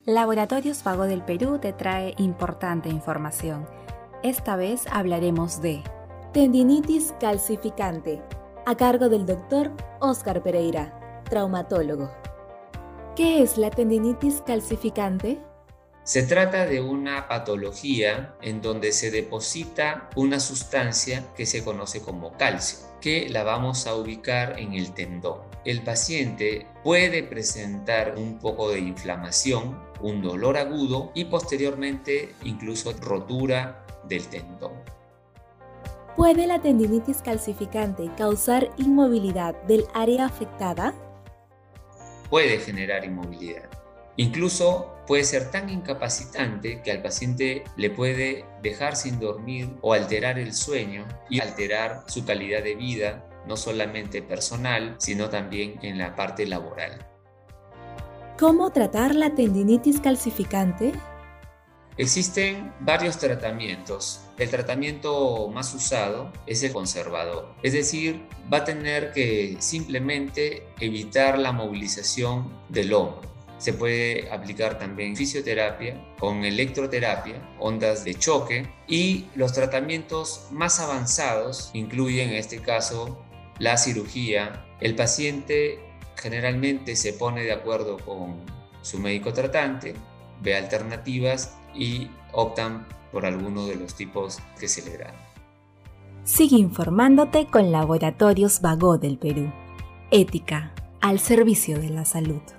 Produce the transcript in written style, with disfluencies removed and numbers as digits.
Laboratorios Vago del Perú te trae importante información. Esta vez hablaremos de tendinitis calcificante, a cargo del Dr. Óscar Pereira, traumatólogo. ¿Qué es la tendinitis calcificante? Se trata de una patología en donde se deposita una sustancia que se conoce como calcio, que la vamos a ubicar en el tendón. El paciente puede presentar un poco de inflamación, un dolor agudo y posteriormente incluso rotura del tendón. ¿Puede la tendinitis calcificante causar inmovilidad del área afectada? Puede generar inmovilidad. Incluso puede ser tan incapacitante que al paciente le puede dejar sin dormir o alterar el sueño y alterar su calidad de vida, no solamente personal, sino también en la parte laboral. ¿Cómo tratar la tendinitis calcificante? Existen varios tratamientos. El tratamiento más usado es el conservador, es decir, va a tener que simplemente evitar la movilización del hombro. Se puede aplicar también fisioterapia con electroterapia, ondas de choque, y los tratamientos más avanzados incluyen en este caso la cirugía. El paciente generalmente se pone de acuerdo con su médico tratante, ve alternativas y optan por alguno de los tipos que se le dan. Sigue informándote con Laboratorios Vago del Perú. Ética al servicio de la salud.